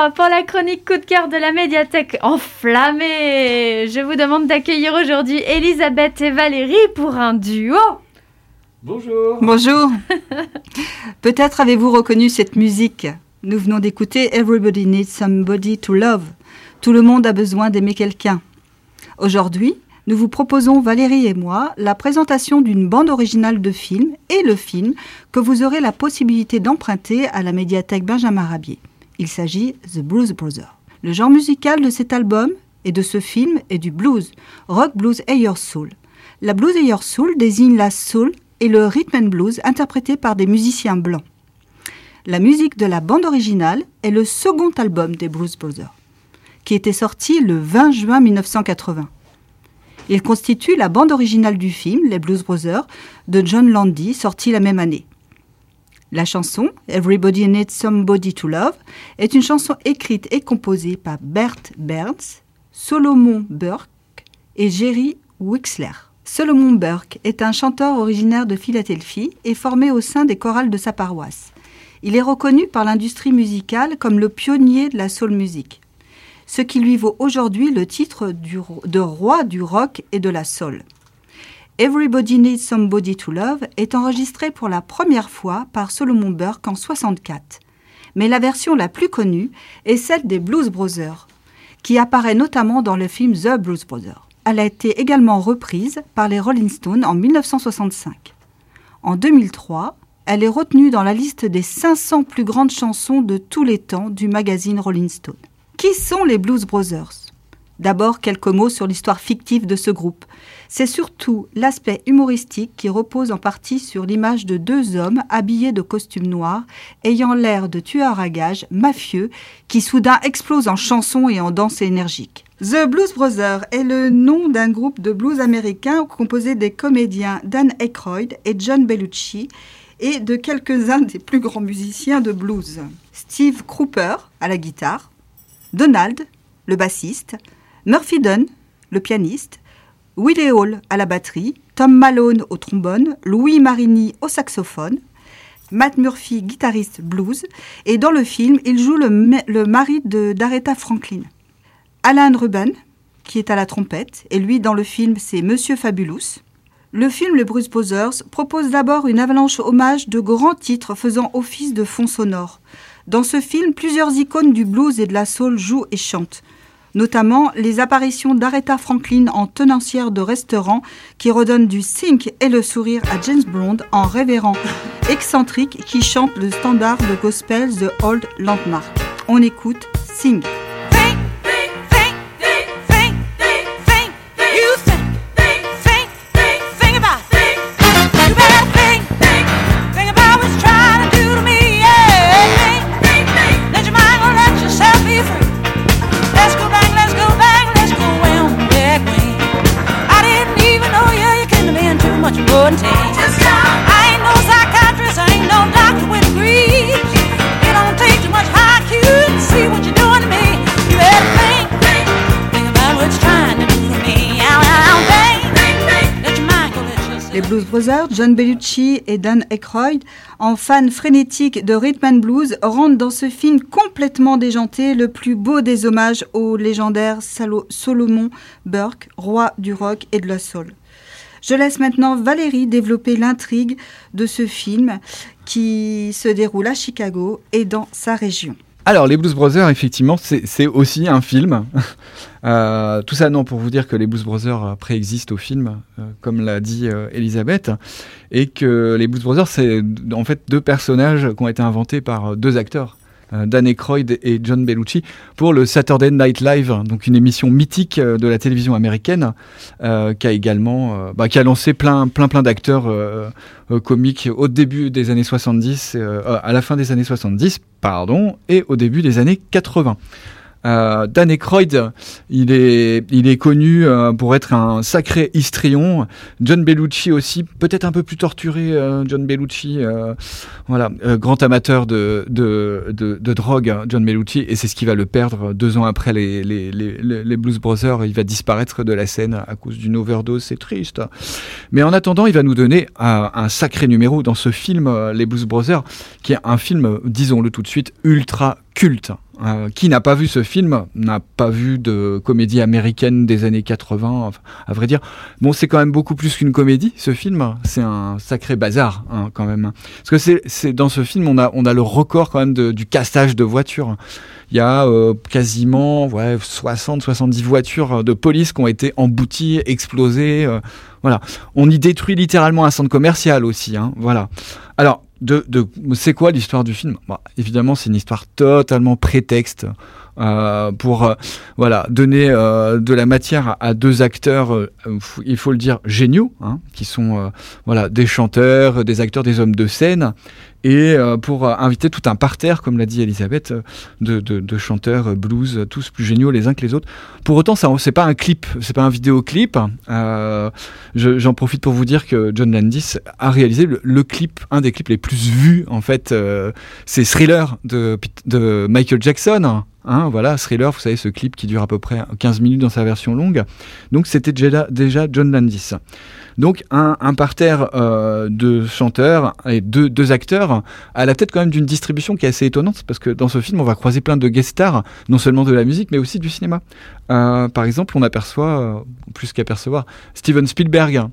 pour la chronique coup de cœur de la médiathèque enflammée. Je vous demande d'accueillir aujourd'hui Elisabeth et Valérie pour un duo. Bonjour. Bonjour. Peut-être avez-vous reconnu cette musique. Nous venons d'écouter Everybody Needs Somebody to Love. Tout le monde a besoin d'aimer quelqu'un. Aujourd'hui, nous vous proposons, Valérie et moi, la présentation d'une bande originale de film et le film que vous aurez la possibilité d'emprunter à la médiathèque Benjamin Rabier. Il s'agit The Blues Brothers. Le genre musical de cet album et de ce film est du blues, rock, blues et your soul. La blues et your soul désigne la soul et le rhythm and blues interprétés par des musiciens blancs. La musique de la bande originale est le second album des Blues Brothers, qui était sorti le 20 juin 1980. Il constitue la bande originale du film Les Blues Brothers de John Landy, sorti la même année. La chanson Everybody Needs Somebody to Love est une chanson écrite et composée par Bert Berns, Solomon Burke et Jerry Wexler. Solomon Burke est un chanteur originaire de Philadelphie et formé au sein des chorales de sa paroisse. Il est reconnu par l'industrie musicale comme le pionnier de la soul music, ce qui lui vaut aujourd'hui le titre de roi du rock et de la soul. Everybody Needs Somebody to Love est enregistré pour la première fois par Solomon Burke en 1964. Mais la version la plus connue est celle des Blues Brothers, qui apparaît notamment dans le film The Blues Brothers. Elle a été également reprise par les Rolling Stones en 1965. En 2003, elle est retenue dans la liste des 500 plus grandes chansons de tous les temps du magazine Rolling Stone. Qui sont les Blues Brothers ? D'abord, quelques mots sur l'histoire fictive de ce groupe. C'est surtout l'aspect humoristique qui repose en partie sur l'image de deux hommes habillés de costumes noirs, ayant l'air de tueurs à gages mafieux, qui soudain explosent en chansons et en danse énergiques. The Blues Brothers est le nom d'un groupe de blues américain composé des comédiens Dan Aykroyd et John Belushi et de quelques-uns des plus grands musiciens de blues. Steve Cropper à la guitare, Donald, le bassiste, Murphy Dunn, le pianiste, Willie Hall à la batterie, Tom Malone au trombone, Louis Marini au saxophone, Matt Murphy, guitariste blues, et dans le film, il joue le mari d'Aretha Franklin. Alan Ruben, qui est à la trompette, et lui, dans le film, c'est Monsieur Fabulous. Le film Les Blues Brothers propose d'abord une avalanche hommage de grands titres faisant office de fond sonore. Dans ce film, plusieurs icônes du blues et de la soul jouent et chantent, notamment les apparitions d'Aretha Franklin en tenancière de restaurant qui redonne du sync et le sourire à James Bond en révérend excentrique qui chante le standard de gospel The Old Landmark. On écoute Sing. Les Blues Brothers, John Belushi et Dan Aykroyd, en fans frénétiques de rhythm and blues, rendent dans ce film complètement déjanté le plus beau des hommages au légendaire Solomon Burke, roi du rock et de la soul. Je laisse maintenant Valérie développer l'intrigue de ce film qui se déroule à Chicago et dans sa région. Alors, les Blues Brothers, effectivement, c'est aussi un film. Tout ça, non, pour vous dire que les Blues Brothers préexistent au film, comme l'a dit Elisabeth, et que les Blues Brothers, c'est en fait deux personnages qui ont été inventés par deux acteurs, Dan Aykroyd et John Belushi, pour le Saturday Night Live, donc une émission mythique de la télévision américaine, qui a également, qui a lancé plein d'acteurs comiques au début des années 70, à la fin des années 70, et au début des années 80. Dan Aykroyd, il est connu pour être un sacré histrion. John Belushi aussi, peut-être un peu plus torturé. John Belushi, grand amateur de drogue, John Belushi, et c'est ce qui va le perdre 2 ans après les Blues Brothers. Il va disparaître de la scène à cause d'une overdose, c'est triste. Mais en attendant, il va nous donner un sacré numéro dans ce film, Les Blues Brothers, qui est un film, disons-le tout de suite, ultra culte. Qui n'a pas vu ce film n'a pas vu de comédie américaine des années 80, enfin, à vrai dire. Bon, c'est quand même beaucoup plus qu'une comédie, ce film. C'est un sacré bazar, quand même. Parce que c'est dans ce film, on a le record quand même du cassage de voitures. Il y a quasiment 60-70 voitures de police qui ont été embouties, explosées. Voilà. On y détruit littéralement un centre commercial aussi. Voilà. Alors, c'est quoi l'histoire du film ? Évidemment, c'est une histoire totalement prétexte pour donner de la matière à deux acteurs, il faut le dire, géniaux, qui sont des chanteurs, des acteurs, des hommes de scène, et pour inviter tout un parterre, comme l'a dit Elisabeth, de chanteurs blues, tous plus géniaux les uns que les autres. Pour autant, c'est pas un clip, c'est pas un vidéoclip. J'en profite pour vous dire que John Landis a réalisé le clip, un des clips les plus vus, en fait, c'est Thriller de Michael Jackson. Thriller, vous savez, ce clip qui dure à peu près 15 minutes dans sa version longue. Donc c'était déjà John Landis. Donc un parterre de chanteurs et deux acteurs à la tête quand même d'une distribution qui est assez étonnante, parce que dans ce film on va croiser plein de guest stars, non seulement de la musique mais aussi du cinéma. Par exemple, on aperçoit, plus qu'apercevoir, Steven Spielberg.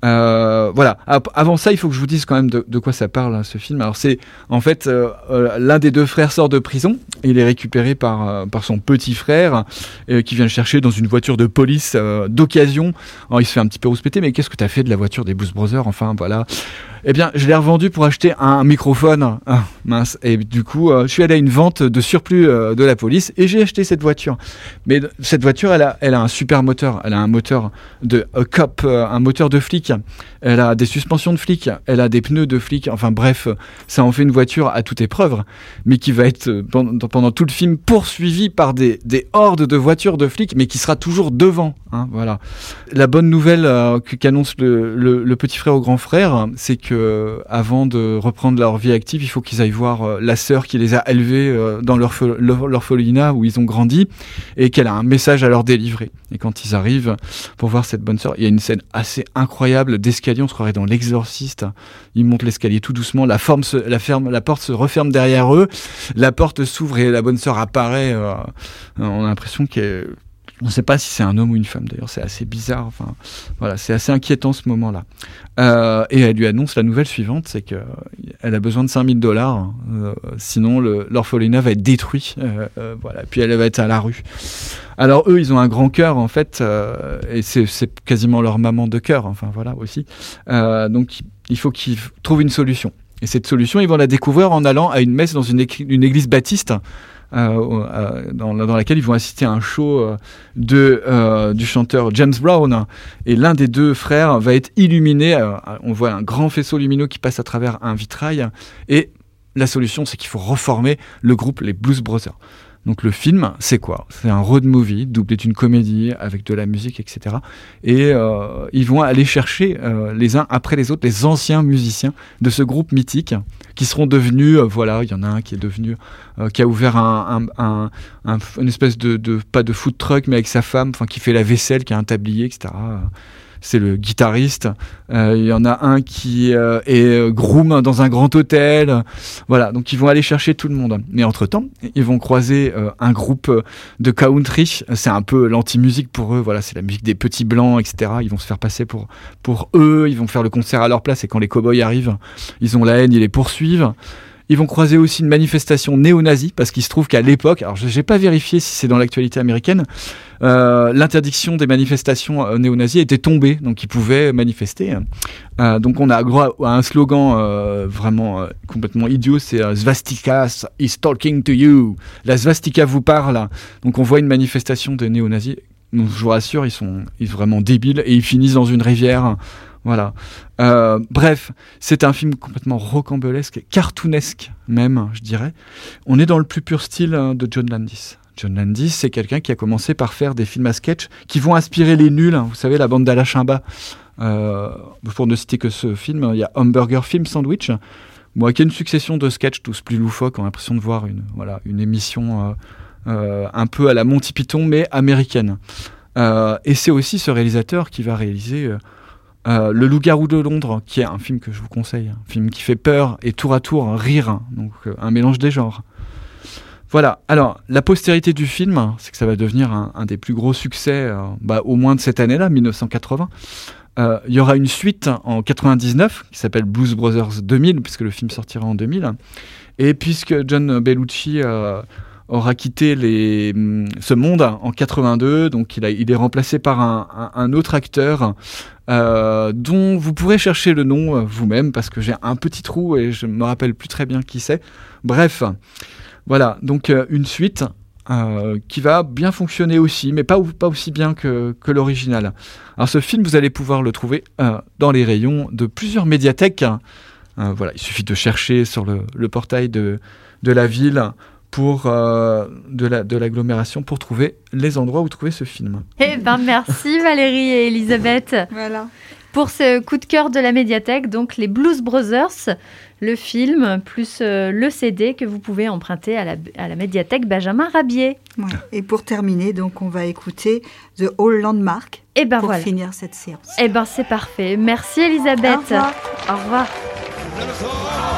Avant ça, il faut que je vous dise quand même de quoi ça parle, ce film. Alors c'est en fait l'un des deux frères sort de prison, il est récupéré par son petit frère qui vient le chercher dans une voiture de police d'occasion. Alors il se fait un petit peu rouspéter, mais qu'est-ce que t'as fait de la voiture des Blues Brothers ? Enfin voilà. Eh bien, je l'ai revendue pour acheter un microphone. Mince. Et du coup, je suis allé à une vente de surplus de la police et j'ai acheté cette voiture. Mais cette voiture, elle a un super moteur. Elle a un moteur de cop, un moteur de flic. Elle a des suspensions de flic. Elle a des pneus de flic. Enfin bref, ça en fait une voiture à toute épreuve, mais qui va être pendant tout le film poursuivie par des hordes de voitures de flics, mais qui sera toujours devant. Voilà. La bonne nouvelle qu'annonce le petit frère au grand frère, c'est que avant de reprendre leur vie active, il faut qu'ils aillent voir la sœur qui les a élevés dans l'orphelinat où ils ont grandi, et qu'elle a un message à leur délivrer. Et quand ils arrivent pour voir cette bonne sœur, il y a une scène assez incroyable d'escalier, on se croirait dans L'Exorciste. Ils montent l'escalier tout doucement, la porte se referme derrière eux, la porte s'ouvre et la bonne sœur apparaît. On a l'impression qu'elle... On ne sait pas si c'est un homme ou une femme, d'ailleurs, c'est assez bizarre. Enfin, voilà, c'est assez inquiétant ce moment-là. Et elle lui annonce la nouvelle suivante, c'est qu'elle a besoin de $5,000, sinon l'orphelinat va être détruit. Puis elle va être à la rue. Alors eux, ils ont un grand cœur, en fait, et c'est quasiment leur maman de cœur, enfin voilà aussi. Donc il faut qu'ils trouvent une solution. Et cette solution, ils vont la découvrir en allant à une messe dans une église baptiste, dans laquelle ils vont assister à un show du chanteur James Brown, et l'un des deux frères va être illuminé. On voit un grand faisceau lumineux qui passe à travers un vitrail, et la solution, c'est qu'il faut reformer le groupe les Blues Brothers. Donc le film, c'est quoi ? C'est un road movie doublé d'une comédie avec de la musique, etc. Et ils vont aller chercher les uns après les autres les anciens musiciens de ce groupe mythique qui seront devenus, il y en a un qui est devenu, qui a ouvert une espèce de pas de food truck, mais avec sa femme, qui fait la vaisselle, qui a un tablier, etc. C'est le guitariste. Il y en a un qui est groom dans un grand hôtel. Voilà, donc ils vont aller chercher tout le monde. Mais entre-temps, ils vont croiser un groupe de country. C'est un peu l'anti-musique pour eux. Voilà, c'est la musique des petits blancs, etc. Ils vont se faire passer pour eux. Ils vont faire le concert à leur place. Et quand les cow-boys arrivent, ils ont la haine, ils les poursuivent. Ils vont croiser aussi une manifestation néo-nazie, parce qu'il se trouve qu'à l'époque, alors je n'ai pas vérifié si c'est dans l'actualité américaine, l'interdiction des manifestations néo-nazies était tombée, donc ils pouvaient manifester. Donc on a droit à un slogan vraiment complètement idiot, c'est Svastika is talking to you. La svastika vous parle. Donc on voit une manifestation de néo-nazis. Donc je vous rassure, ils sont vraiment débiles, et ils finissent dans une rivière. Voilà. Bref, c'est un film complètement rocambolesque, cartoonesque même, je dirais. On est dans le plus pur style de John Landis. John Landis, c'est quelqu'un qui a commencé par faire des films à sketch qui vont inspirer les nuls. Vous savez, la bande d'Alain Chabat. Pour ne citer que ce film, il y a Hamburger Film Sandwich, qui est une succession de sketchs tous plus loufoques. On a l'impression de voir une émission un peu à la Monty Python, mais américaine. Et c'est aussi ce réalisateur qui va réaliser... Le Loup-garou de Londres, qui est un film que je vous conseille, un film qui fait peur et tour à tour rire, donc un mélange des genres. Voilà, alors la postérité du film, c'est que ça va devenir un des plus gros succès, au moins de cette année-là, 1980. Il y aura une suite en 99 qui s'appelle Blues Brothers 2000, puisque le film sortira en 2000. Et puisque John Belushi aura quitté ce monde en 82, donc il est remplacé par un autre acteur dont vous pourrez chercher le nom vous-même, parce que j'ai un petit trou et je ne me rappelle plus très bien qui c'est. Bref, voilà, donc une suite qui va bien fonctionner aussi, mais pas aussi bien que l'original. Alors ce film, vous allez pouvoir le trouver dans les rayons de plusieurs médiathèques. Voilà, il suffit de chercher sur le portail de la ville de l'agglomération pour trouver les endroits où trouver ce film. Eh ben merci Valérie et Elisabeth. Voilà. Pour ce coup de cœur de la médiathèque, donc les Blues Brothers, le film plus le CD que vous pouvez emprunter à la médiathèque Benjamin Rabier. Ouais. Et pour terminer, donc on va écouter The Old Landmark pour finir cette séance. Eh ben c'est parfait. Merci Elisabeth. Au revoir. Au revoir.